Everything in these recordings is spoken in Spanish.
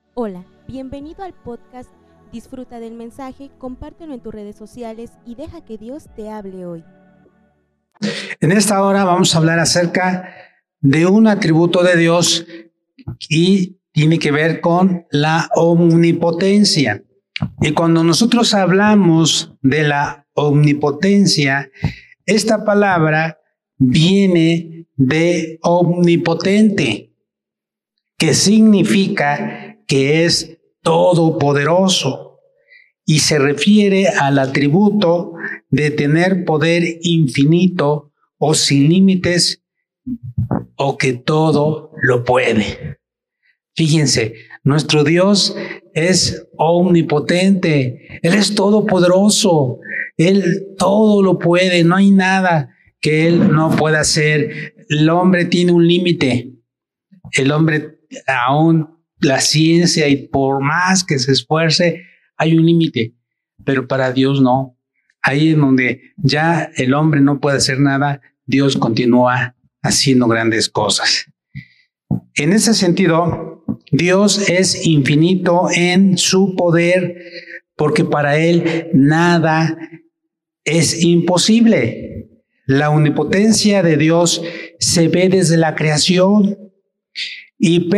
Hola, bienvenido al podcast. Disfruta del mensaje, compártelo en tus redes sociales y deja que Dios te hable hoy. En esta hora vamos a hablar acerca de un atributo de Dios y tiene que ver con la omnipotencia. Y cuando nosotros hablamos de la omnipotencia, esta palabra viene de omnipotente, que significa que es todopoderoso y se refiere al atributo de tener poder infinito o sin límites o que todo lo puede. Fíjense, nuestro Dios es omnipotente, Él es todopoderoso, Él todo lo puede, no hay nada que Él no pueda hacer. El hombre tiene un límite, el hombre aún la ciencia y por más que se esfuerce, hay un límite, pero para Dios no. Ahí en donde ya el hombre no puede hacer nada, Dios continúa haciendo grandes cosas. En ese sentido, Dios es infinito en su poder, porque para Él nada es imposible. La omnipotencia de Dios se ve desde la creación y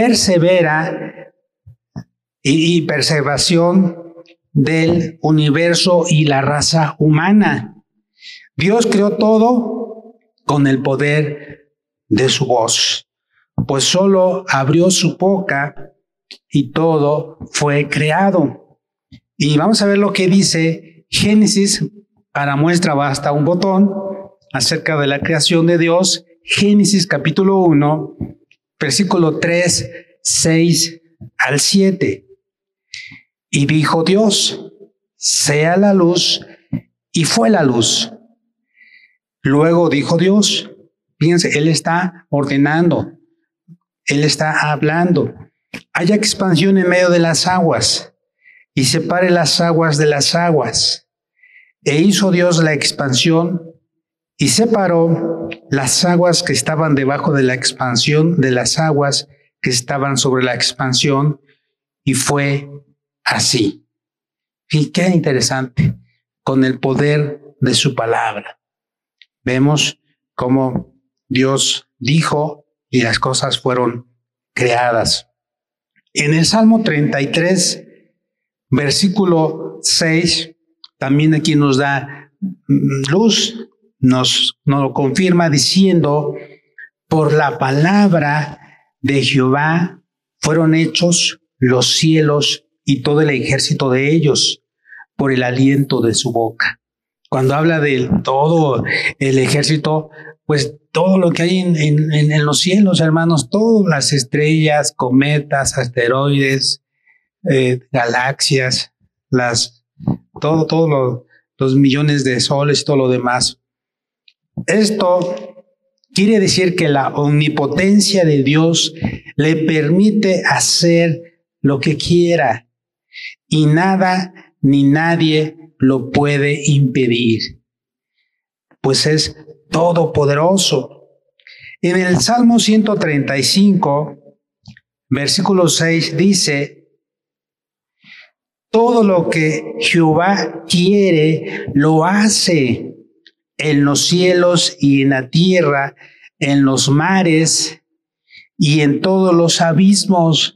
preservación del universo y la raza humana. Dios creó todo con el poder de su voz, pues solo abrió su boca y todo fue creado. Y vamos a ver lo que dice Génesis. Para muestra basta un botón acerca de la creación de Dios. Génesis capítulo 1, versículo 3, 6 al 7. Y dijo Dios, sea la luz, y fue la luz. Luego dijo Dios, fíjense, Él está ordenando, Él está hablando. Haya expansión en medio de las aguas, y separe las aguas de las aguas. E hizo Dios la expansión, y separó las aguas que estaban debajo de la expansión de las aguas que estaban sobre la expansión, y fue así. Y qué interesante, con el poder de su palabra. Vemos cómo Dios dijo y las cosas fueron creadas. En el Salmo 33, versículo 6, también aquí nos da luz, nos lo confirma diciendo, por la palabra de Jehová fueron hechos los cielos y todo el ejército de ellos, por el aliento de su boca. Cuando habla de todo el ejército, pues todo lo que hay en los cielos, hermanos, todas las estrellas, cometas, asteroides, galaxias, todos los millones de soles y todo lo demás. Esto quiere decir que la omnipotencia de Dios le permite hacer lo que quiera y nada ni nadie lo puede impedir, pues es todopoderoso. En el Salmo 135, versículo 6 dice, todo lo que Jehová quiere lo hace en los cielos y en la tierra, en los mares y en todos los abismos.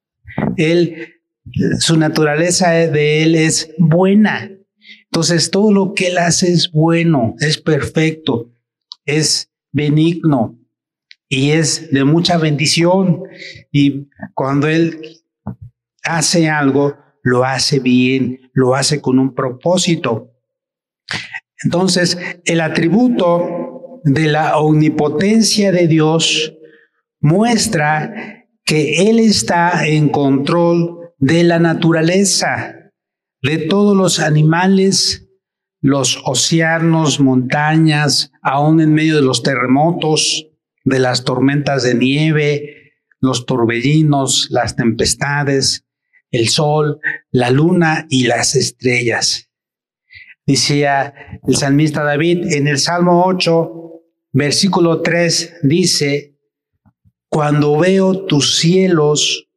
Su naturaleza de Él es buena. Entonces todo lo que Él hace es bueno, es perfecto, es benigno y es de mucha bendición. Y cuando Él hace algo, lo hace bien, lo hace con un propósito. Entonces, el atributo de la omnipotencia de Dios muestra que Él está en control de la naturaleza, de todos los animales, los océanos, montañas, aún en medio de los terremotos, de las tormentas de nieve, los torbellinos, las tempestades, el sol, la luna y las estrellas. Decía el salmista David en el Salmo 8, versículo 3, dice, cuando veo tus cielos,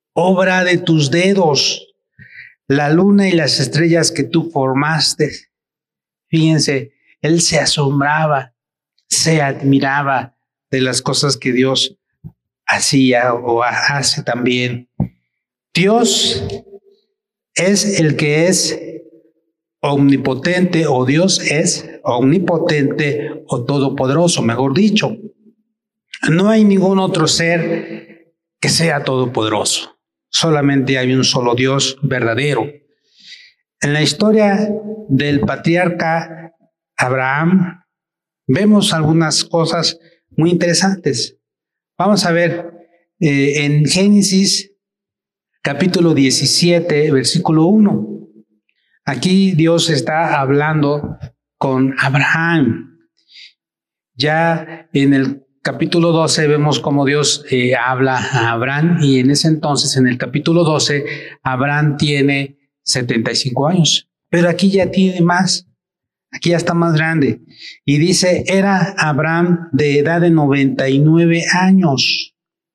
obra de tus dedos, la luna y las estrellas que tú formaste. Fíjense, él se asombraba, se admiraba de las cosas que Dios hacía o hace también. Dios es el que es omnipotente, o Dios es omnipotente o todopoderoso, mejor dicho. No hay ningún otro ser que sea todopoderoso. Solamente hay un solo Dios verdadero. En la historia del patriarca Abraham vemos algunas cosas muy interesantes. Vamos a ver en Génesis capítulo 17, versículo 1. Aquí Dios está hablando con Abraham. Ya en el capítulo 12 vemos cómo Dios habla a Abraham, y en ese entonces, en el capítulo 12, Abraham tiene 75 años. Pero aquí ya tiene más. Aquí ya está más grande. Y dice, era Abraham de edad de 99 años.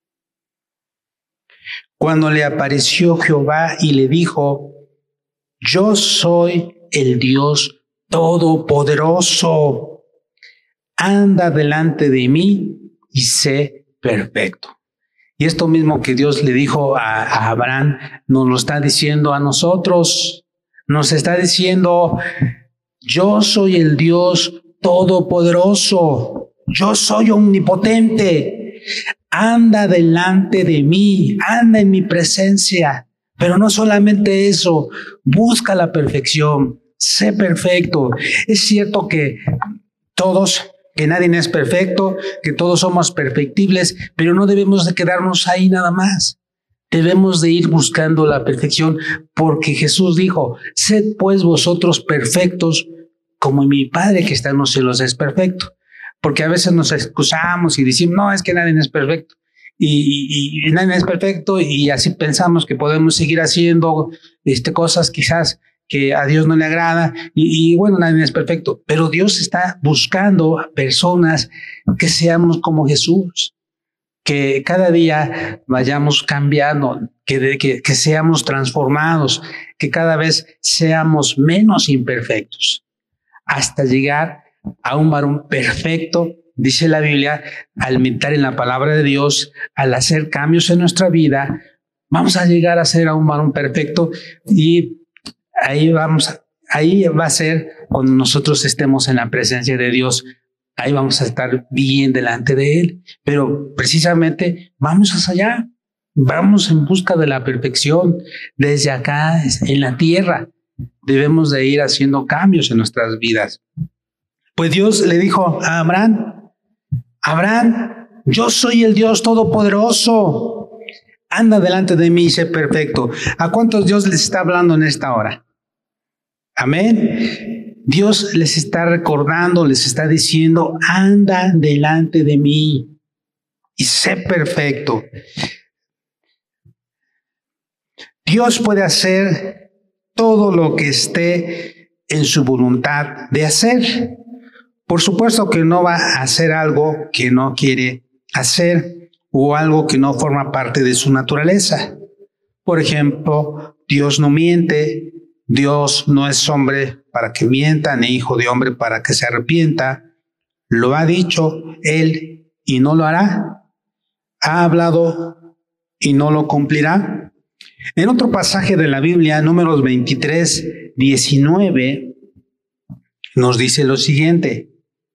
Cuando le apareció Jehová y le dijo, yo soy el Dios Todopoderoso. Anda delante de mí y sé perfecto. Y esto mismo que Dios le dijo a Abraham, nos lo está diciendo a nosotros. Nos está diciendo, yo soy el Dios Todopoderoso. Yo soy omnipotente. Anda delante de mí, anda en mi presencia. Pero no solamente eso, busca la perfección, sé perfecto. Es cierto que nadie es perfecto, que todos somos perfectibles, pero no debemos de quedarnos ahí nada más. Debemos de ir buscando la perfección, porque Jesús dijo, sed pues vosotros perfectos, como mi Padre que está en los cielos es perfecto. Porque a veces nos excusamos y decimos, no, es que nadie es perfecto. Y nadie es perfecto, y así pensamos que podemos seguir haciendo cosas quizás que a Dios no le agrada, y bueno, nadie es perfecto, pero Dios está buscando personas que seamos como Jesús, que cada día vayamos cambiando, que seamos transformados, que cada vez seamos menos imperfectos, hasta llegar a un varón perfecto. Dice la Biblia, al meditar en la palabra de Dios, al hacer cambios en nuestra vida, vamos a llegar a ser a un varón perfecto, y ahí va a ser cuando nosotros estemos en la presencia de Dios. Ahí vamos a estar bien delante de Él. Pero precisamente vamos hacia allá, vamos en busca de la perfección. Desde acá, en la tierra, debemos de ir haciendo cambios en nuestras vidas. Pues Dios le dijo a Abraham, yo soy el Dios Todopoderoso. Anda delante de mí y sé perfecto. ¿A cuántos Dios les está hablando en esta hora? Amén. Dios les está recordando, les está diciendo, anda delante de mí y sé perfecto. Dios puede hacer todo lo que esté en su voluntad de hacer. Por supuesto que no va a hacer algo que no quiere hacer o algo que no forma parte de su naturaleza. Por ejemplo, Dios no miente, Dios no es hombre para que mienta, ni hijo de hombre para que se arrepienta. Lo ha dicho Él y no lo hará. Ha hablado y no lo cumplirá. En otro pasaje de la Biblia, Números 23, 19, nos dice lo siguiente.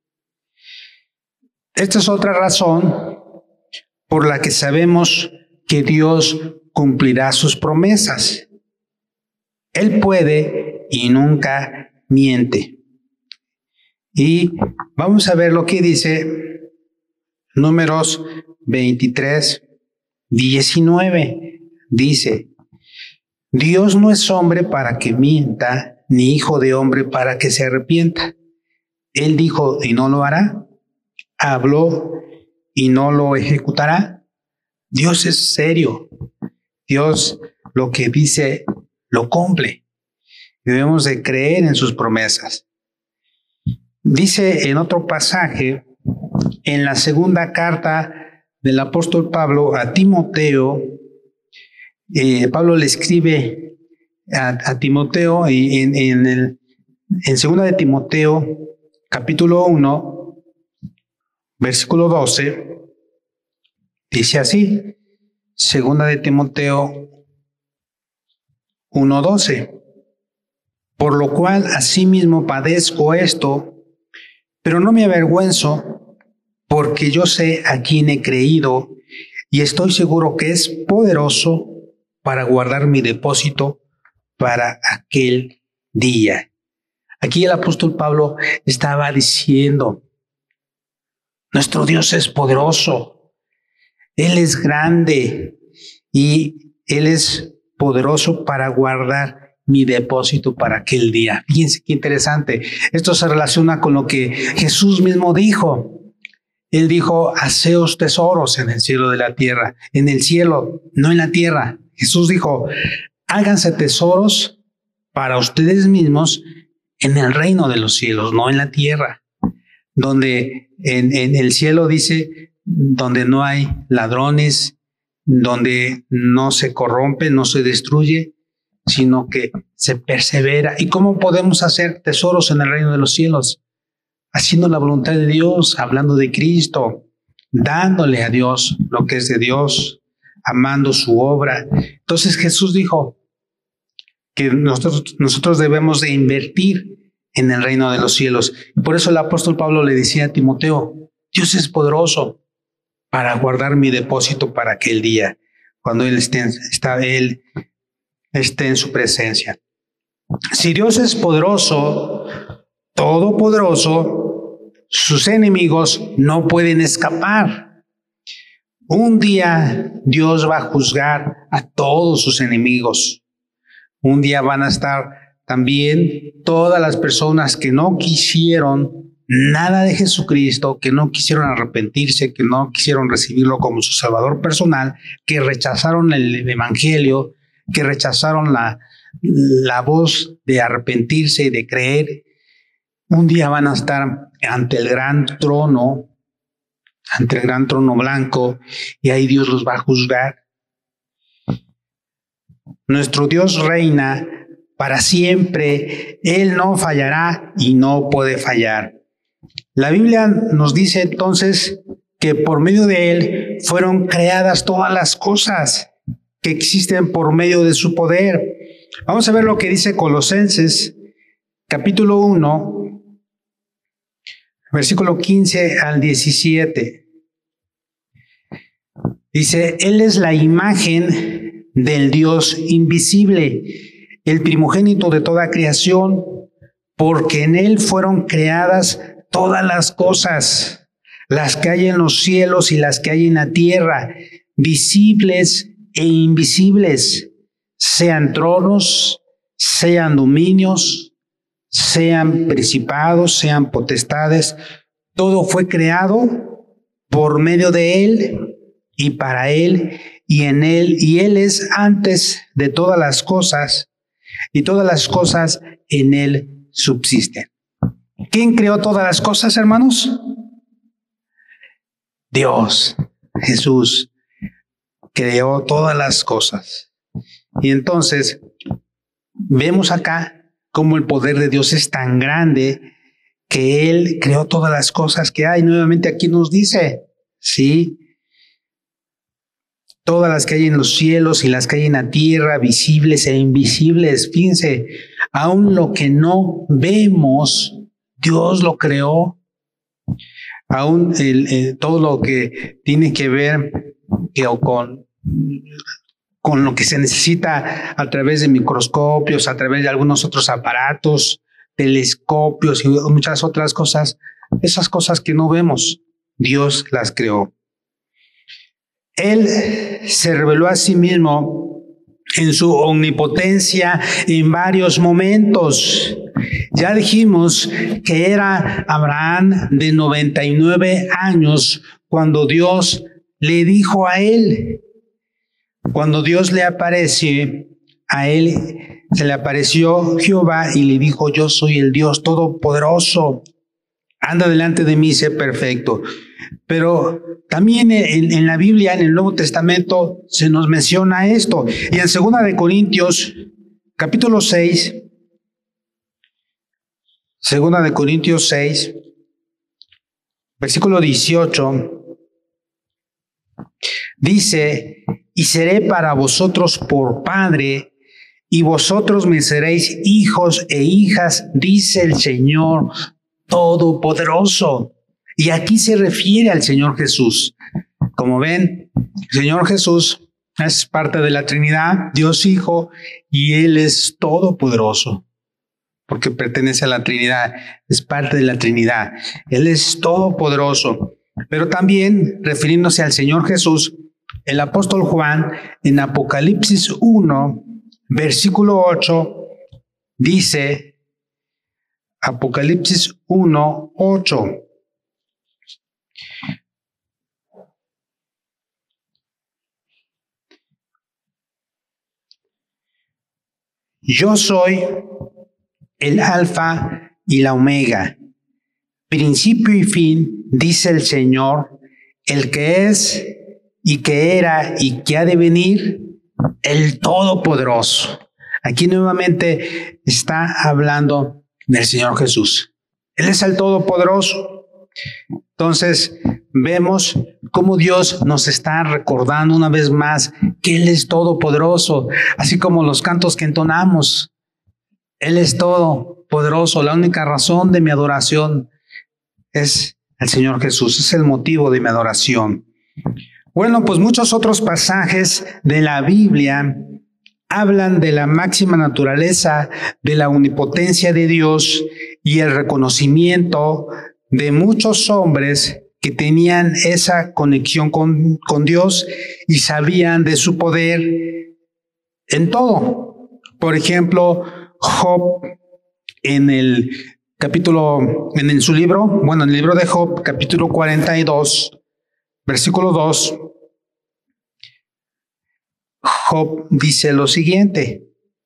Esta es otra razón por la que sabemos que Dios cumplirá sus promesas. Él puede y nunca miente. Y vamos a ver lo que dice Números 23, 19. Dice, Dios no es hombre para que mienta, ni hijo de hombre para que se arrepienta. Él dijo y no lo hará. Habló y no lo ejecutará. Dios es serio. Dios lo que dice lo cumple. Debemos de creer en sus promesas. Dice en otro pasaje, en la segunda carta del apóstol Pablo a Timoteo, Pablo le escribe a Timoteo y en 2 de Timoteo, capítulo 1, versículo 12, dice así, 2 de Timoteo 1:12. Por lo cual asimismo padezco esto, pero no me avergüenzo, porque yo sé a quién he creído y estoy seguro que es poderoso para guardar mi depósito para aquel día. Aquí el apóstol Pablo estaba diciendo, nuestro Dios es poderoso, Él es grande y Él es poderoso para guardar mi depósito para aquel día. Fíjense qué interesante. Esto se relaciona con lo que Jesús mismo dijo. Él dijo, haceos tesoros en el cielo de la tierra, en el cielo, no en la tierra. Jesús dijo, háganse tesoros para ustedes mismos en el reino de los cielos, no en la tierra. Donde en el cielo dice, donde no hay ladrones, donde no se corrompe, no se destruye, sino que se persevera. ¿Y cómo podemos hacer tesoros en el reino de los cielos? Haciendo la voluntad de Dios, hablando de Cristo, dándole a Dios lo que es de Dios, amando su obra. Entonces Jesús dijo que nosotros debemos de invertir en el reino de los cielos. Y por eso el apóstol Pablo le decía a Timoteo, Dios es poderoso para guardar mi depósito para aquel día, cuando Él esté en su presencia. Si Dios es poderoso, todopoderoso, sus enemigos no pueden escapar. Un día Dios va a juzgar a todos sus enemigos. Un día van a estar también todas las personas que no quisieron nada de Jesucristo, que no quisieron arrepentirse, que no quisieron recibirlo como su Salvador personal, que rechazaron el Evangelio, que rechazaron la voz de arrepentirse y de creer. Un día van a estar ante el gran trono blanco, y ahí Dios los va a juzgar. Nuestro Dios reina para siempre, Él no fallará y no puede fallar. La Biblia nos dice entonces que por medio de Él fueron creadas todas las cosas que existen por medio de su poder. Vamos a ver lo que dice Colosenses, capítulo 1, versículo 15 al 17. Dice, Él es la imagen del Dios invisible, el primogénito de toda creación, porque en Él fueron creadas todas las cosas, las que hay en los cielos y las que hay en la tierra, visibles e invisibles, sean tronos, sean dominios, sean principados, sean potestades. Todo fue creado por medio de Él y para Él y en Él, y Él es antes de todas las cosas, y todas las cosas en Él subsisten. ¿Quién creó todas las cosas, hermanos? Dios, Jesús, creó todas las cosas. Y entonces vemos acá cómo el poder de Dios es tan grande que Él creó todas las cosas que hay. Nuevamente aquí nos dice, sí, todas las que hay en los cielos y las que hay en la tierra, visibles e invisibles. Fíjense, aún lo que no vemos, Dios lo creó. Aún todo lo que tiene que ver con lo que se necesita a través de microscopios, a través de algunos otros aparatos, telescopios y muchas otras cosas, esas cosas que no vemos, Dios las creó. Él se reveló a sí mismo en su omnipotencia en varios momentos. Ya dijimos que era Abraham de 99 años cuando Dios le dijo a él, cuando Dios le aparece a él, se le apareció Jehová y le dijo, yo soy el Dios todopoderoso, anda delante de mí, sé perfecto. Pero también en la Biblia, en el Nuevo Testamento, se nos menciona esto. Y en 2 de Corintios, capítulo 6, 2 de Corintios 6, versículo 18, dice: y seré para vosotros por padre, y vosotros me seréis hijos e hijas, dice el Señor Todopoderoso. Y aquí se refiere al Señor Jesús. Como ven, el Señor Jesús es parte de la Trinidad, Dios Hijo, y Él es todopoderoso, porque pertenece a la Trinidad, es parte de la Trinidad. Él es todopoderoso. Pero también, refiriéndose al Señor Jesús, el apóstol Juan, en Apocalipsis 1, versículo 8, dice, Apocalipsis 1, 8. Yo soy el Alfa y la Omega, principio y fin, dice el Señor, el que es y que era y que ha de venir, el Todopoderoso. Aquí nuevamente está hablando del Señor Jesús. Él es el Todopoderoso. Entonces vemos cómo Dios nos está recordando una vez más que Él es todopoderoso, así como los cantos que entonamos. Él es todopoderoso. La única razón de mi adoración es el Señor Jesús, es el motivo de mi adoración. Bueno, pues muchos otros pasajes de la Biblia hablan de la máxima naturaleza de la omnipotencia de Dios y el reconocimiento de muchos hombres que tenían esa conexión con Dios y sabían de su poder en todo. Por ejemplo, Job en el libro de Job, capítulo 42, versículo 2, Job dice lo siguiente.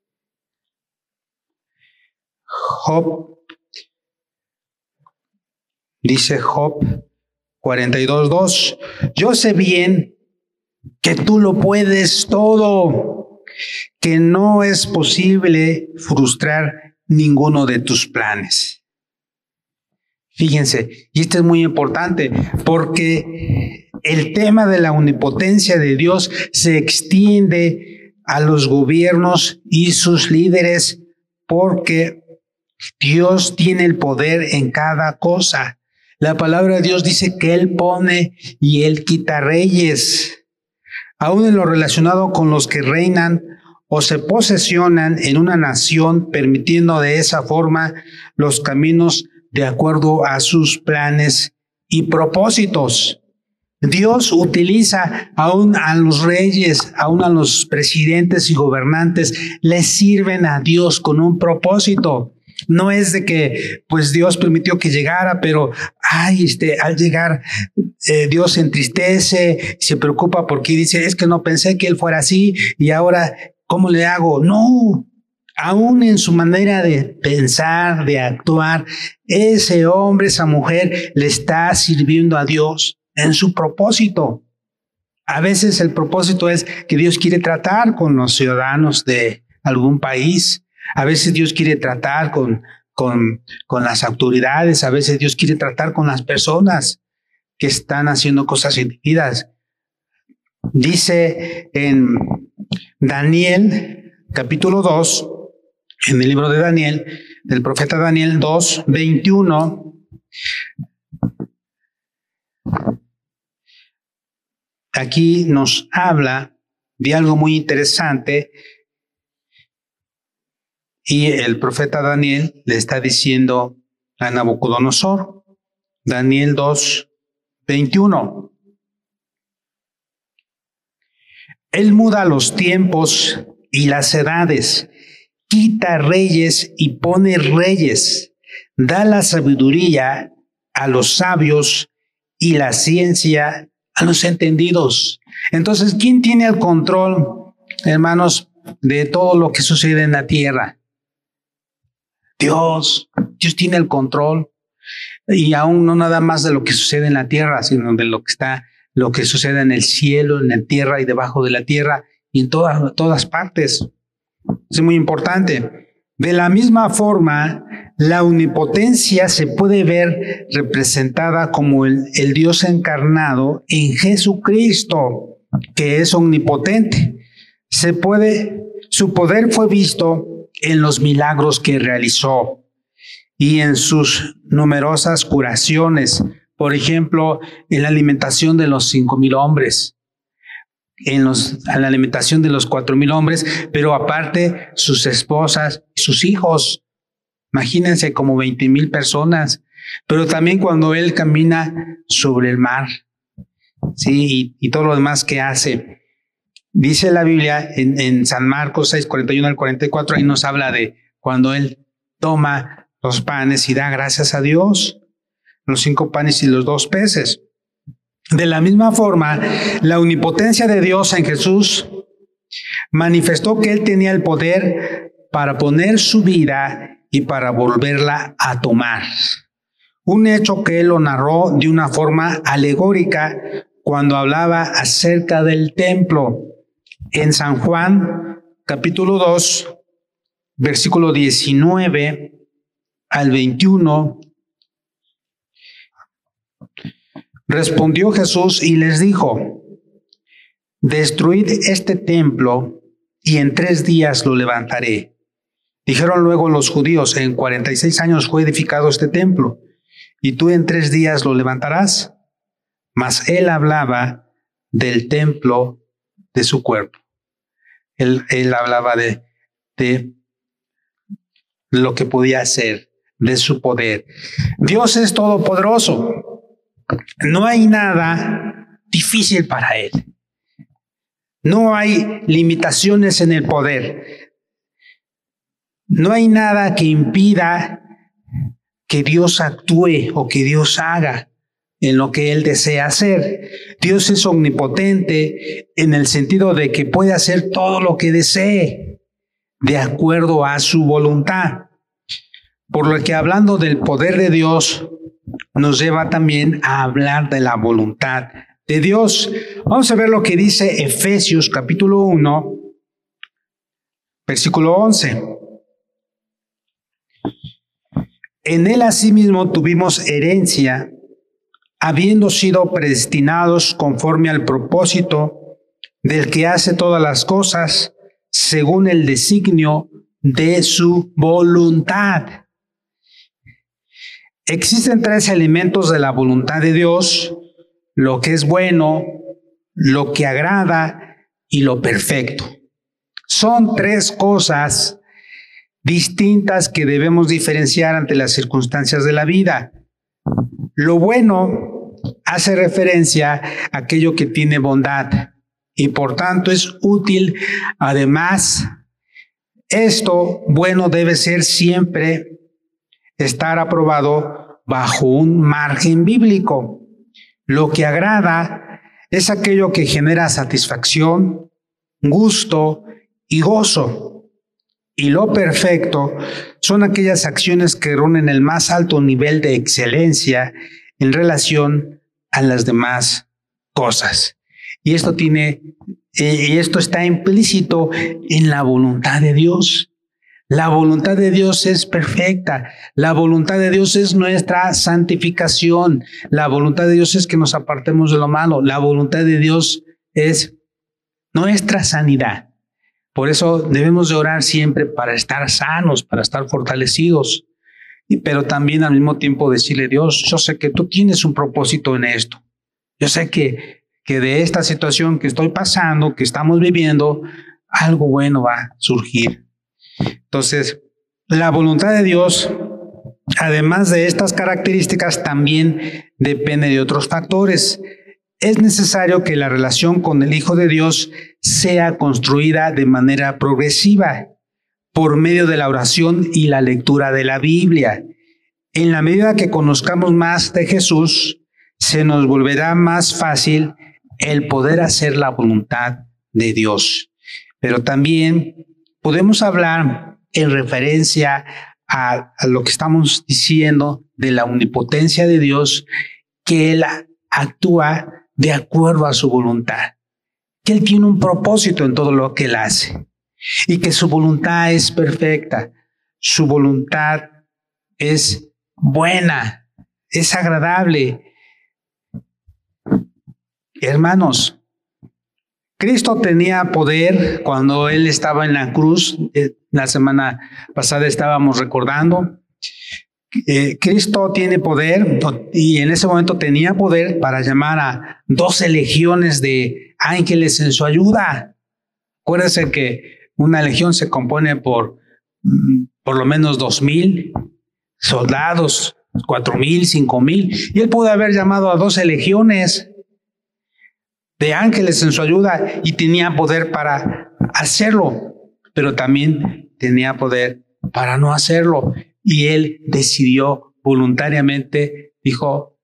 Dice Job 42:2, yo sé bien que tú lo puedes todo, que no es posible frustrar ninguno de tus planes. Fíjense, y esto es muy importante porque el tema de la omnipotencia de Dios se extiende a los gobiernos y sus líderes porque Dios tiene el poder en cada cosa. La palabra de Dios dice que Él pone y Él quita reyes, aún en lo relacionado con los que reinan o se posesionan en una nación, permitiendo de esa forma los caminos de acuerdo a sus planes y propósitos. Dios utiliza aún a los reyes, aún a los presidentes y gobernantes, les sirven a Dios con un propósito. No es de que pues Dios permitió que llegara, pero al llegar Dios se entristece, se preocupa porque dice, es que no pensé que él fuera así y ahora ¿cómo le hago? No, aún en su manera de pensar, de actuar, ese hombre, esa mujer le está sirviendo a Dios en su propósito. A veces el propósito es que Dios quiere tratar con los ciudadanos de algún país. A veces Dios quiere tratar con las autoridades. A veces Dios quiere tratar con las personas que están haciendo cosas indebidas. Dice en Daniel, capítulo 2, en el libro de Daniel, del profeta Daniel 2:21, aquí nos habla de algo muy interesante y el profeta Daniel le está diciendo a Nabucodonosor, Daniel 2:21. Él muda los tiempos y las edades, quita reyes y pone reyes, da la sabiduría a los sabios y la ciencia a los entendidos. Entonces, ¿quién tiene el control, hermanos, de todo lo que sucede en la tierra? Dios tiene el control. y aún no nada más de lo que sucede en la tierra, sino de lo que sucede en el cielo, en la tierra y debajo de la tierra y en todas partes. Es muy importante. De la misma forma, la omnipotencia se puede ver representada como el Dios encarnado en Jesucristo, que es omnipotente. Su poder fue visto en los milagros que realizó y en sus numerosas curaciones. Por ejemplo, en la alimentación de los 5,000 hombres, en la alimentación de los 4,000 hombres, pero aparte sus esposas y sus hijos. Imagínense como 20,000 personas. Pero también cuando él camina sobre el mar, ¿sí? Y todo lo demás que hace. Dice la Biblia en San Marcos 6, 41 al 44, ahí nos habla de cuando él toma los panes y da gracias a Dios, los 5 panes y los 2 peces. De la misma forma, la omnipotencia de Dios en Jesús manifestó que él tenía el poder para poner su vida y para volverla a tomar. Un hecho que él lo narró de una forma alegórica cuando hablaba acerca del templo. En San Juan, capítulo 2, versículo 19 al 21, respondió Jesús y les dijo: destruid este templo y en 3 días lo levantaré. Dijeron luego los judíos: en 46 años fue edificado este templo, y tú en 3 días lo levantarás. Mas él hablaba del templo de su cuerpo. Él hablaba de lo que podía hacer, de su poder. Dios es todopoderoso. No hay nada difícil para él. No hay limitaciones en el poder. No hay nada que impida que Dios actúe o que Dios haga en lo que él desea hacer. Dios es omnipotente en el sentido de que puede hacer todo lo que desee de acuerdo a su voluntad. Por lo que hablando del poder de Dios nos lleva también a hablar de la voluntad de Dios. Vamos a ver lo que dice Efesios capítulo 1, versículo 11. En él asimismo tuvimos herencia, habiendo sido predestinados conforme al propósito del que hace todas las cosas según el designio de su voluntad. Existen 3 elementos de la voluntad de Dios: lo que es bueno, lo que agrada y lo perfecto. Son 3 cosas distintas que debemos diferenciar ante las circunstancias de la vida. Lo bueno hace referencia a aquello que tiene bondad y por tanto es útil. Además, esto bueno debe ser siempre estar aprobado bajo un margen bíblico. Lo que agrada es aquello que genera satisfacción, gusto y gozo. Y lo perfecto son aquellas acciones que reúnen el más alto nivel de excelencia en relación a las demás cosas. Y esto está implícito en la voluntad de Dios. La voluntad de Dios es perfecta. La voluntad de Dios es nuestra santificación. La voluntad de Dios es que nos apartemos de lo malo. La voluntad de Dios es nuestra sanidad. Por eso debemos de orar siempre para estar sanos, para estar fortalecidos. Pero también al mismo tiempo decirle: Dios, yo sé que tú tienes un propósito en esto. Yo sé que de esta situación que estoy pasando, que estamos viviendo, algo bueno va a surgir. Entonces, la voluntad de Dios, además de estas características, también depende de otros factores. Es necesario que la relación con el Hijo de Dios sea construida de manera progresiva por medio de la oración y la lectura de la Biblia. En la medida que conozcamos más de Jesús, se nos volverá más fácil el poder hacer la voluntad de Dios. Pero también podemos hablar en referencia a lo que estamos diciendo de la omnipotencia de Dios, que Él actúa de acuerdo a su voluntad, que Él tiene un propósito en todo lo que Él hace y que su voluntad es perfecta, su voluntad es buena, es agradable. Hermanos, Cristo tenía poder cuando Él estaba en la cruz. La semana pasada estábamos recordando. Cristo tiene poder, y en ese momento tenía poder para llamar a 12 legiones de ángeles en su ayuda. Acuérdense que una legión se compone por lo menos 2,000 soldados, 4,000, 5,000, y Él pudo haber llamado a 12 legiones de ángeles en su ayuda y tenía poder para hacerlo, pero también tenía poder para no hacerlo. Y Él decidió voluntariamente, dijo,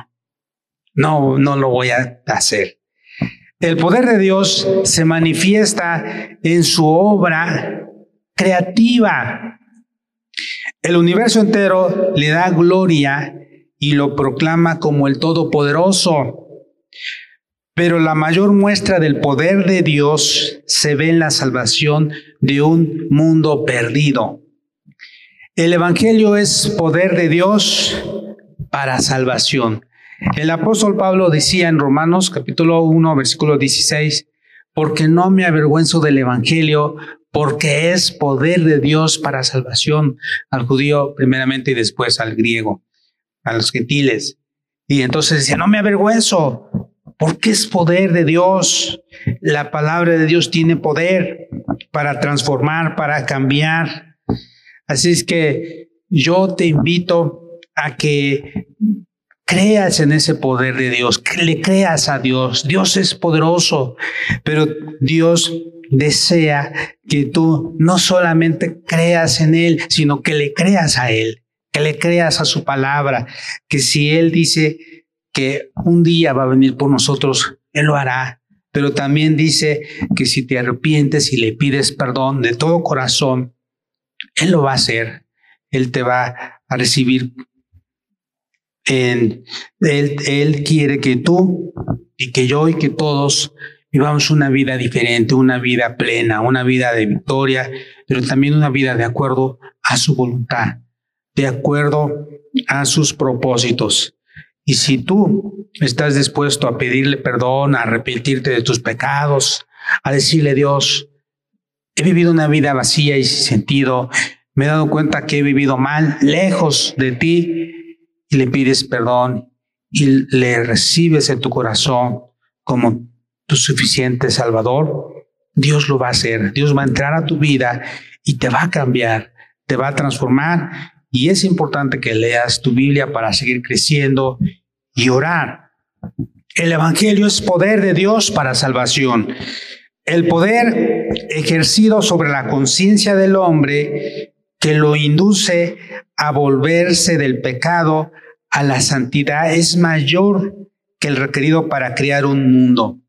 no lo voy a hacer. El poder de Dios se manifiesta en su obra creativa. El universo entero le da gloria y lo proclama como el Todopoderoso. Pero la mayor muestra del poder de Dios se ve en la salvación de un mundo perdido. El Evangelio es poder de Dios para salvación. El apóstol Pablo decía en Romanos capítulo 1, versículo 16, porque no me avergüenzo del Evangelio, porque es poder de Dios para salvación al judío primeramente y después al griego, a los gentiles. Y entonces decía, no me avergüenzo, porque es poder de Dios. La palabra de Dios tiene poder para transformar, para cambiar. Así es que yo te invito a que creas en ese poder de Dios, que le creas a Dios. Dios es poderoso, pero Dios desea que tú no solamente creas en Él, sino que le creas a Él, que le creas a su palabra, que si Él dice que un día va a venir por nosotros, Él lo hará. Pero también dice que si te arrepientes y le pides perdón de todo corazón, Él lo va a hacer. Él te va a recibir. Él quiere que tú y que yo y que todos vivamos una vida diferente, una vida plena, una vida de victoria, pero también una vida de acuerdo a su voluntad, de acuerdo a sus propósitos. Y si tú estás dispuesto a pedirle perdón, a arrepentirte de tus pecados, a decirle a Dios, he vivido una vida vacía y sin sentido, me he dado cuenta que he vivido mal, lejos de ti, y le pides perdón y le recibes en tu corazón como tu suficiente Salvador, Dios lo va a hacer. Dios va a entrar a tu vida y te va a cambiar, te va a transformar. Y es importante que leas tu Biblia para seguir creciendo y orar. El Evangelio es poder de Dios para salvación. El poder ejercido sobre la conciencia del hombre que lo induce a volverse del pecado a la santidad es mayor que el requerido para crear un mundo.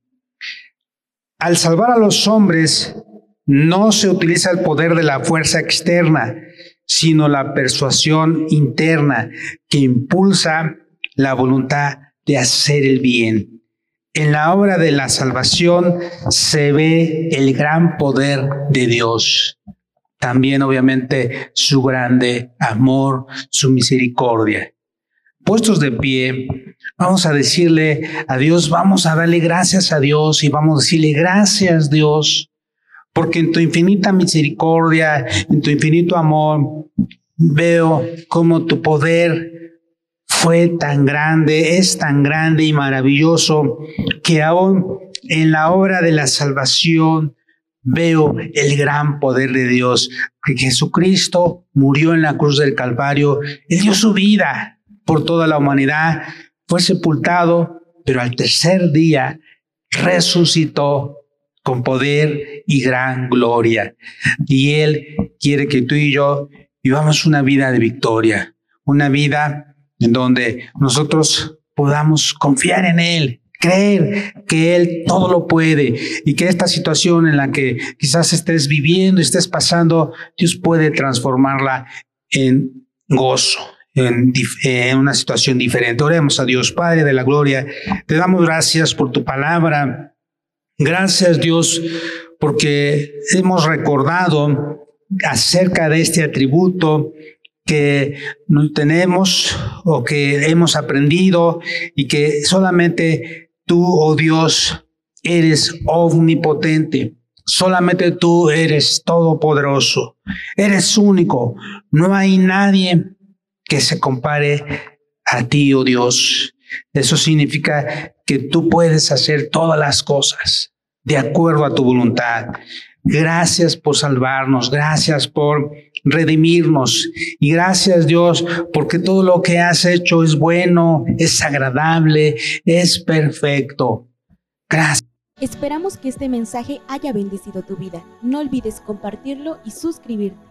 Al salvar a los hombres, no se utiliza el poder de la fuerza externa, sino la persuasión interna que impulsa la voluntad de hacer el bien. En la obra de la salvación se ve el gran poder de Dios. También, obviamente, su grande amor, su misericordia. Puestos de pie, vamos a decirle a Dios, vamos a darle gracias a Dios y vamos a decirle gracias, Dios, porque en tu infinita misericordia, en tu infinito amor, veo cómo tu poder fue tan grande, es tan grande y maravilloso, que aún en la obra de la salvación veo el gran poder de Dios, que Jesucristo murió en la cruz del Calvario, Él dio su vida por toda la humanidad, fue sepultado, pero al tercer día resucitó con poder y gran gloria. Y Él quiere que tú y yo vivamos una vida de victoria, una vida en donde nosotros podamos confiar en Él, creer que Él todo lo puede y que esta situación en la que quizás estés viviendo, estés pasando, Dios puede transformarla en gozo, en una situación diferente. Oremos a Dios. Padre de la gloria, te damos gracias por tu palabra. Gracias, Dios, porque hemos recordado acerca de este atributo que no tenemos o que hemos aprendido, y que solamente tú, oh Dios, eres omnipotente. Solamente tú eres todopoderoso. Eres único. No hay nadie que se compare a ti, oh Dios. Eso significa que tú puedes hacer todas las cosas de acuerdo a tu voluntad. Gracias por salvarnos, gracias por redimirnos, y gracias, Dios, porque todo lo que has hecho es bueno, es agradable, es perfecto. Gracias. Esperamos que este mensaje haya bendecido tu vida. No olvides compartirlo y suscribirte.